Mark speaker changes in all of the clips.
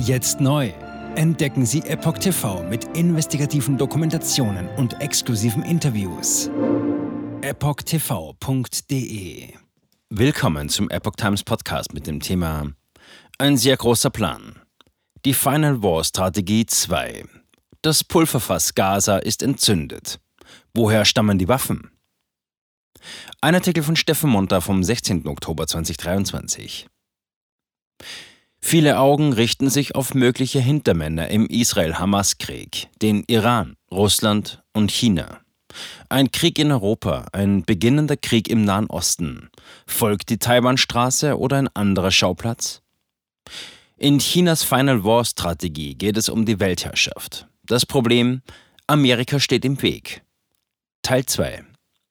Speaker 1: Jetzt neu. Entdecken Sie Epoch TV mit investigativen Dokumentationen und exklusiven Interviews. EpochTV.de. Willkommen zum Epoch Times Podcast mit dem Thema Ein sehr großer Plan. Die Final War Strategie 2. Das Pulverfass Gaza ist entzündet. Woher stammen die Waffen? Ein Artikel von Steffen Monter vom 16. Oktober 2023. Viele Augen richten sich auf mögliche Hintermänner im Israel-Hamas-Krieg, den Iran, Russland und China. Ein Krieg in Europa, ein beginnender Krieg im Nahen Osten. Folgt die Taiwanstraße oder ein anderer Schauplatz? In Chinas Final War-Strategie geht es um die Weltherrschaft. Das Problem: Amerika steht im Weg. Teil 2.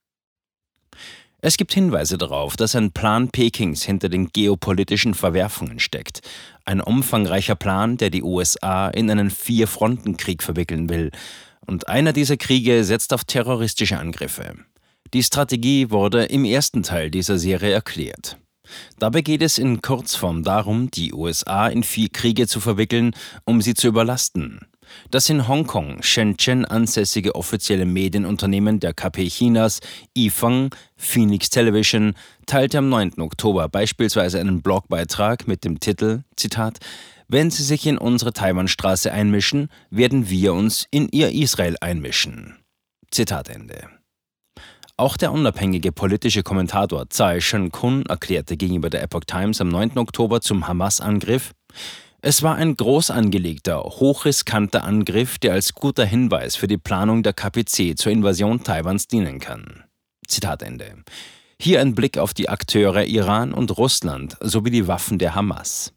Speaker 1: Es gibt Hinweise darauf, dass ein Plan Pekings hinter den geopolitischen Verwerfungen steckt. Ein umfangreicher Plan, der die USA in einen 4-Fronten-Krieg verwickeln will. Und einer dieser Kriege setzt auf terroristische Angriffe. Die Strategie wurde im ersten Teil dieser Serie erklärt. Dabei geht es in Kurzform darum, die USA in 4 Kriege zu verwickeln, um sie zu überlasten. Das in Hongkong, Shenzhen ansässige offizielle Medienunternehmen der KP Chinas, Yifeng, Phoenix Television, teilte am 9. Oktober beispielsweise einen Blogbeitrag mit dem Titel, Zitat, »Wenn Sie sich in unsere Taiwanstraße einmischen, werden wir uns in Ihr Israel einmischen.« Zitat Ende. Auch der unabhängige politische Kommentator Tsai Shen-kun erklärte gegenüber der Epoch Times am 9. Oktober zum Hamas-Angriff: Es war ein groß angelegter, hochriskanter Angriff, der als guter Hinweis für die Planung der KPC zur Invasion Taiwans dienen kann. Zitat Ende. Hier ein Blick auf die Akteure Iran und Russland sowie die Waffen der Hamas.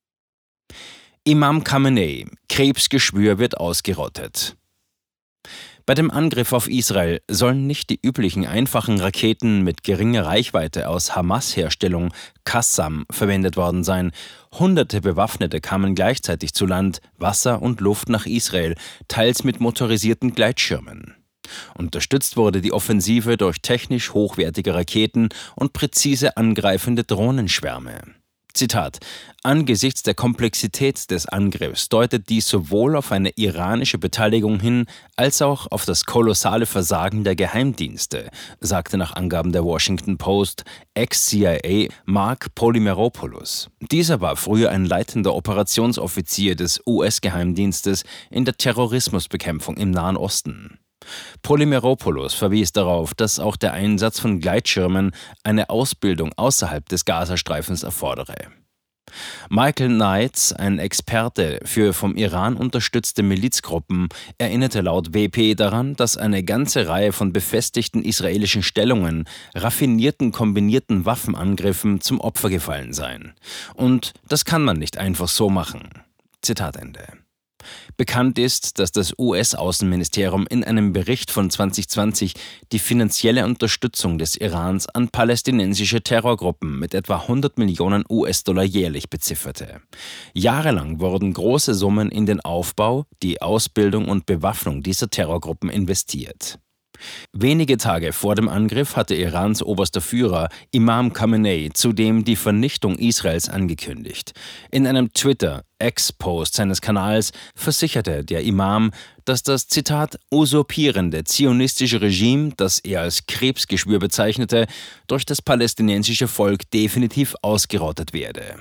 Speaker 1: Imam Khamenei: Krebsgeschwür wird ausgerottet. Bei dem Angriff auf Israel sollen nicht die üblichen einfachen Raketen mit geringer Reichweite aus Hamas-Herstellung Qassam verwendet worden sein. Hunderte Bewaffnete kamen gleichzeitig zu Land, Wasser und Luft nach Israel, teils mit motorisierten Gleitschirmen. Unterstützt wurde die Offensive durch technisch hochwertige Raketen und präzise angreifende Drohnenschwärme. Zitat: Angesichts der Komplexität des Angriffs deutet dies sowohl auf eine iranische Beteiligung hin, als auch auf das kolossale Versagen der Geheimdienste, sagte nach Angaben der Washington Post Ex-CIA Mark Polymeropoulos. Dieser war früher ein leitender Operationsoffizier des US-Geheimdienstes in der Terrorismusbekämpfung im Nahen Osten. Polymeropoulos verwies darauf, dass auch der Einsatz von Gleitschirmen eine Ausbildung außerhalb des Gazastreifens erfordere. Michael Knights, ein Experte für vom Iran unterstützte Milizgruppen, erinnerte laut WP daran, dass eine ganze Reihe von befestigten israelischen Stellungen, raffinierten kombinierten Waffenangriffen zum Opfer gefallen seien. Und das kann man nicht einfach so machen. Zitat Ende. Bekannt ist, dass das US-Außenministerium in einem Bericht von 2020 die finanzielle Unterstützung des Irans an palästinensische Terrorgruppen mit etwa 100 Millionen US-Dollar jährlich bezifferte. Jahrelang wurden große Summen in den Aufbau, die Ausbildung und Bewaffnung dieser Terrorgruppen investiert. Wenige Tage vor dem Angriff hatte Irans oberster Führer Imam Khamenei zudem die Vernichtung Israels angekündigt. In einem Twitter-Ex-Post seines Kanals versicherte der Imam, dass das, Zitat, usurpierende zionistische Regime, das er als Krebsgeschwür bezeichnete, durch das palästinensische Volk definitiv ausgerottet werde.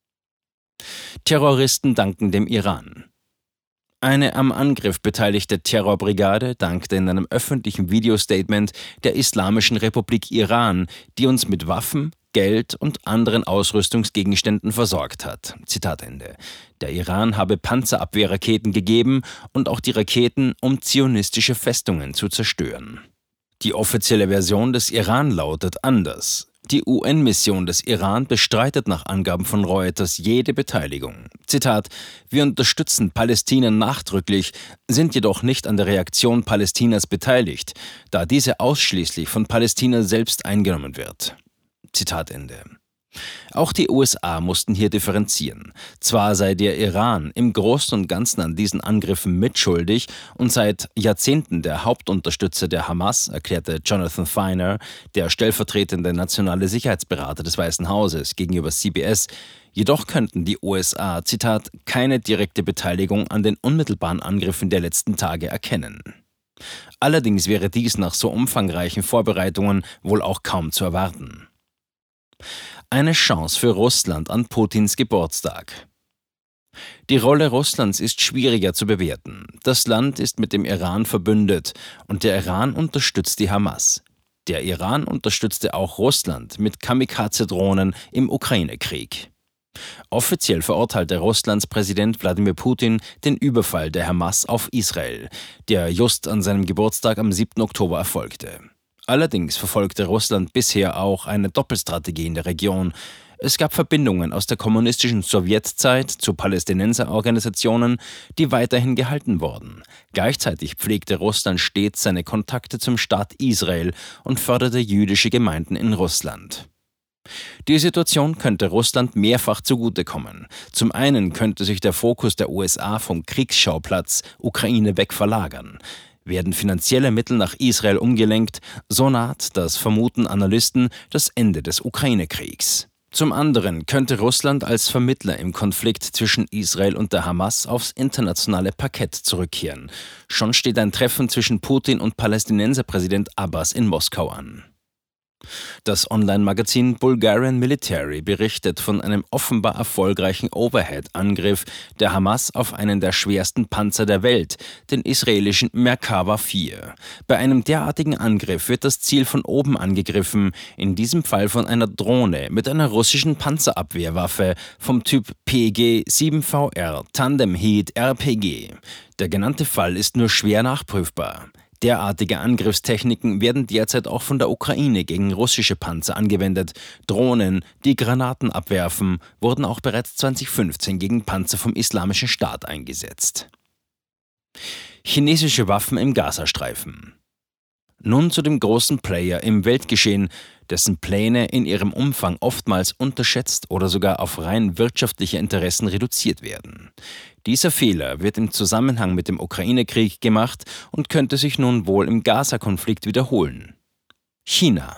Speaker 1: Terroristen danken dem Iran. Eine am Angriff beteiligte Terrorbrigade dankte in einem öffentlichen Videostatement der Islamischen Republik Iran, die uns mit Waffen, Geld und anderen Ausrüstungsgegenständen versorgt hat. Zitat Ende. Der Iran habe Panzerabwehrraketen gegeben und auch die Raketen, um zionistische Festungen zu zerstören. Die offizielle Version des Iran lautet anders. Die UN-Mission des Iran bestreitet nach Angaben von Reuters jede Beteiligung. Zitat: Wir unterstützen Palästina nachdrücklich, sind jedoch nicht an der Reaktion Palästinas beteiligt, da diese ausschließlich von Palästina selbst eingenommen wird. Zitat Ende. Auch die USA mussten hier differenzieren. Zwar sei der Iran im Großen und Ganzen an diesen Angriffen mitschuldig und seit Jahrzehnten der Hauptunterstützer der Hamas, erklärte Jonathan Feiner, der stellvertretende nationale Sicherheitsberater des Weißen Hauses, gegenüber CBS, Jedoch könnten die USA, Zitat, keine direkte Beteiligung an den unmittelbaren Angriffen der letzten Tage erkennen. Allerdings wäre dies nach so umfangreichen Vorbereitungen wohl auch kaum zu erwarten. Eine Chance für Russland an Putins Geburtstag. Die Rolle Russlands ist schwieriger zu bewerten. Das Land ist mit dem Iran verbündet und der Iran unterstützt die Hamas. Der Iran unterstützte auch Russland mit Kamikaze-Drohnen im Ukraine-Krieg. Offiziell verurteilte Russlands Präsident Wladimir Putin den Überfall der Hamas auf Israel, der just an seinem Geburtstag am 7. Oktober erfolgte. Allerdings verfolgte Russland bisher auch eine Doppelstrategie in der Region. Es gab Verbindungen aus der kommunistischen Sowjetzeit zu Palästinenserorganisationen, die weiterhin gehalten wurden. Gleichzeitig pflegte Russland stets seine Kontakte zum Staat Israel und förderte jüdische Gemeinden in Russland. Die Situation könnte Russland mehrfach zugutekommen. Zum einen könnte sich der Fokus der USA vom Kriegsschauplatz Ukraine weg verlagern. Werden finanzielle Mittel nach Israel umgelenkt, so naht, das vermuten Analysten, das Ende des Ukraine-Kriegs. Zum anderen könnte Russland als Vermittler im Konflikt zwischen Israel und der Hamas aufs internationale Parkett zurückkehren. Schon steht ein Treffen zwischen Putin und Palästinenserpräsident Abbas in Moskau an. Das Online-Magazin Bulgarian Military berichtet von einem offenbar erfolgreichen Overhead-Angriff der Hamas auf einen der schwersten Panzer der Welt, den israelischen Merkava 4. Bei einem derartigen Angriff wird das Ziel von oben angegriffen, in diesem Fall von einer Drohne mit einer russischen Panzerabwehrwaffe vom Typ PG-7VR Tandem Heat RPG. Der genannte Fall ist nur schwer nachprüfbar. Derartige Angriffstechniken werden derzeit auch von der Ukraine gegen russische Panzer angewendet. Drohnen, die Granaten abwerfen, wurden auch bereits 2015 gegen Panzer vom Islamischen Staat eingesetzt. Chinesische Waffen im Gazastreifen. Nun zu dem großen Player im Weltgeschehen, dessen Pläne in ihrem Umfang oftmals unterschätzt oder sogar auf rein wirtschaftliche Interessen reduziert werden. Dieser Fehler wird im Zusammenhang mit dem Ukraine-Krieg gemacht und könnte sich nun wohl im Gaza-Konflikt wiederholen. China.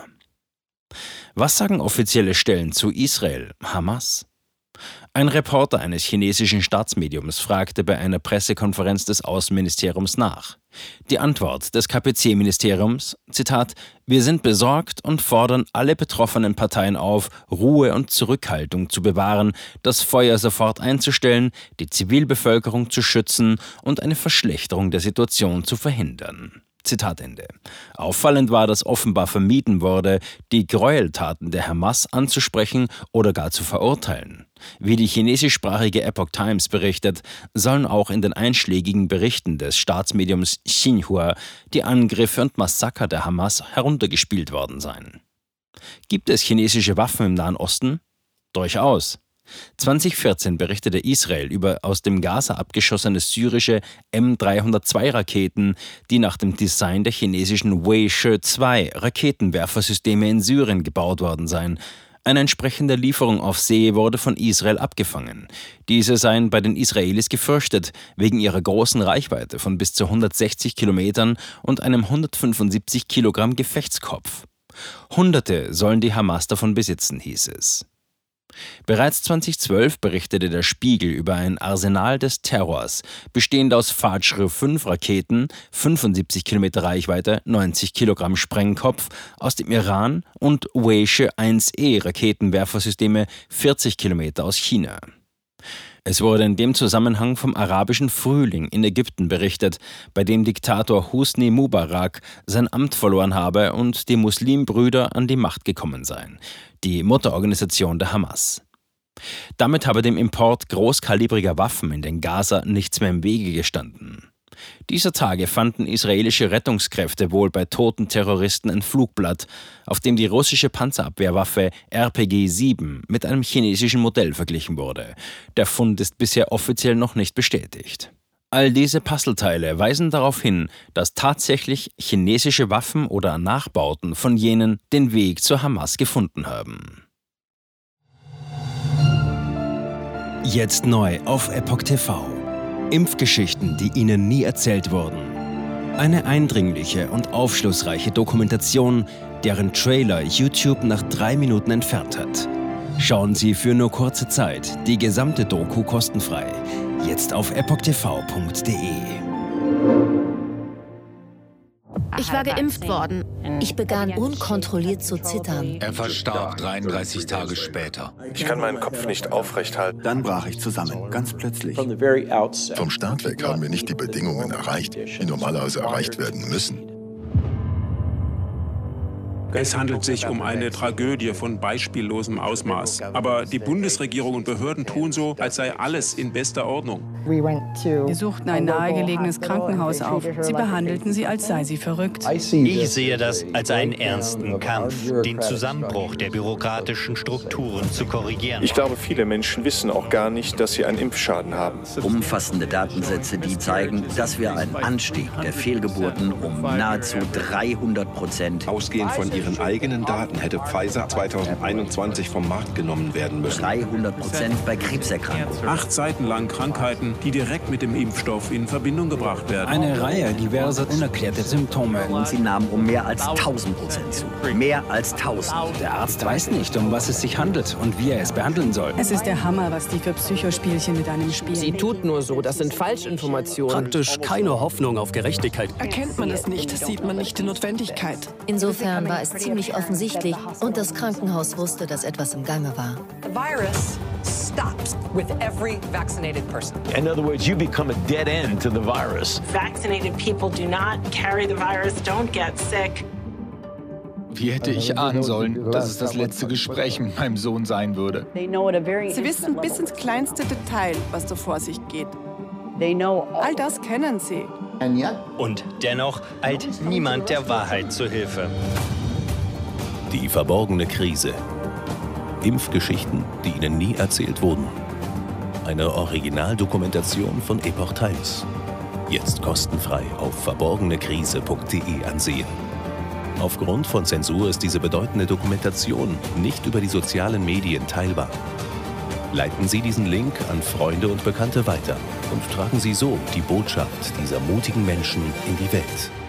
Speaker 1: Was sagen offizielle Stellen zu Israel, Hamas? Ein Reporter eines chinesischen Staatsmediums fragte bei einer Pressekonferenz des Außenministeriums nach. Die Antwort des KPC-Ministeriums, Zitat, wir sind besorgt und fordern alle betroffenen Parteien auf, Ruhe und Zurückhaltung zu bewahren, das Feuer sofort einzustellen, die Zivilbevölkerung zu schützen und eine Verschlechterung der Situation zu verhindern. Zitat Ende. Auffallend war, dass offenbar vermieden wurde, die Gräueltaten der Hamas anzusprechen oder gar zu verurteilen. Wie die chinesischsprachige Epoch Times berichtet, sollen auch in den einschlägigen Berichten des Staatsmediums Xinhua die Angriffe und Massaker der Hamas heruntergespielt worden sein. Gibt es chinesische Waffen im Nahen Osten? Durchaus. 2014 berichtete Israel über aus dem Gaza abgeschossene syrische M302-Raketen, die nach dem Design der chinesischen Weishi-2 Raketenwerfersysteme in Syrien gebaut worden seien. Eine entsprechende Lieferung auf See wurde von Israel abgefangen. Diese seien bei den Israelis gefürchtet, wegen ihrer großen Reichweite von bis zu 160 Kilometern und einem 175 Kilogramm Gefechtskopf. Hunderte sollen die Hamas davon besitzen, hieß es. Bereits 2012 berichtete der Spiegel über ein Arsenal des Terrors, bestehend aus Fajr-5-Raketen, 75 Kilometer Reichweite, 90 Kilogramm Sprengkopf, aus dem Iran und Weishi-1E-Raketenwerfersysteme, 40 Kilometer aus China. Es wurde in dem Zusammenhang vom arabischen Frühling in Ägypten berichtet, bei dem Diktator Hosni Mubarak sein Amt verloren habe und die Muslimbrüder an die Macht gekommen seien, die Mutterorganisation der Hamas. Damit habe dem Import großkalibriger Waffen in den Gaza nichts mehr im Wege gestanden. Dieser Tage fanden israelische Rettungskräfte wohl bei toten Terroristen ein Flugblatt, auf dem die russische Panzerabwehrwaffe RPG-7 mit einem chinesischen Modell verglichen wurde. Der Fund ist bisher offiziell noch nicht bestätigt. All diese Puzzleteile weisen darauf hin, dass tatsächlich chinesische Waffen oder Nachbauten von jenen den Weg zur Hamas gefunden haben.
Speaker 2: Jetzt neu auf Epoch TV. Impfgeschichten, die Ihnen nie erzählt wurden. Eine eindringliche und aufschlussreiche Dokumentation, deren Trailer YouTube nach 3 Minuten entfernt hat. Schauen Sie für nur kurze Zeit die gesamte Doku kostenfrei. Jetzt auf epochtv.de.
Speaker 3: Ich war geimpft worden.
Speaker 4: Ich begann unkontrolliert zu zittern.
Speaker 5: Er verstarb 33 Tage später.
Speaker 6: Ich kann meinen Kopf nicht aufrecht halten.
Speaker 7: Dann brach ich zusammen, ganz plötzlich.
Speaker 8: Vom Start weg haben wir nicht die Bedingungen erreicht, die normalerweise erreicht werden müssen.
Speaker 9: Es handelt sich um eine Tragödie von beispiellosem Ausmaß. Aber die Bundesregierung und Behörden tun so, als sei alles in bester Ordnung.
Speaker 10: Wir suchten ein nahegelegenes Krankenhaus auf. Sie behandelten sie, als sei sie verrückt.
Speaker 11: Ich sehe das als einen ernsten Kampf, den Zusammenbruch der bürokratischen Strukturen zu korrigieren.
Speaker 6: Ich glaube, viele Menschen wissen auch gar nicht, dass sie einen Impfschaden haben.
Speaker 12: Umfassende Datensätze, die zeigen, dass wir einen Anstieg der Fehlgeburten um nahezu 300%.
Speaker 13: Ausgehend von ihren eigenen Daten hätte Pfizer 2021 vom Markt genommen werden müssen.
Speaker 12: 300% bei Krebserkrankungen.
Speaker 9: 8 Seiten lang Krankheiten, die direkt mit dem Impfstoff in Verbindung gebracht werden.
Speaker 1: Eine Reihe diverser unerklärter Symptome.
Speaker 12: Und sie nahmen um mehr als 1000% zu. Mehr als 1000.
Speaker 1: Der Arzt weiß nicht, um was es sich handelt und wie er es behandeln soll.
Speaker 10: Es ist der Hammer, was die für Psychospielchen mit einem spielen.
Speaker 14: Sie tut nur so, das sind Falschinformationen.
Speaker 15: Praktisch keine Hoffnung auf Gerechtigkeit.
Speaker 16: Erkennt man es nicht, sieht man nicht die Notwendigkeit.
Speaker 4: Insofern war es ziemlich offensichtlich und das Krankenhaus wusste, dass etwas im Gange war.
Speaker 17: The virus stops with every vaccinated person.
Speaker 18: In other words, you become a dead end to the virus.
Speaker 19: Vaccinated people do not carry the virus, don't get sick.
Speaker 5: Wie hätte ich ahnen sollen, dass es das letzte Gespräch mit meinem Sohn sein würde?
Speaker 16: Sie wissen bis ins kleinste Detail, was da vor sich geht. All das kennen sie.
Speaker 11: Und dennoch eilt niemand der Wahrheit zu Hilfe.
Speaker 20: Die verborgene Krise. Impfgeschichten, die Ihnen nie erzählt wurden. Eine Originaldokumentation von Epoch Times. Jetzt kostenfrei auf verborgenekrise.de ansehen. Aufgrund von Zensur ist diese bedeutende Dokumentation nicht über die sozialen Medien teilbar. Leiten Sie diesen Link an Freunde und Bekannte weiter und tragen Sie so die Botschaft dieser mutigen Menschen in die Welt.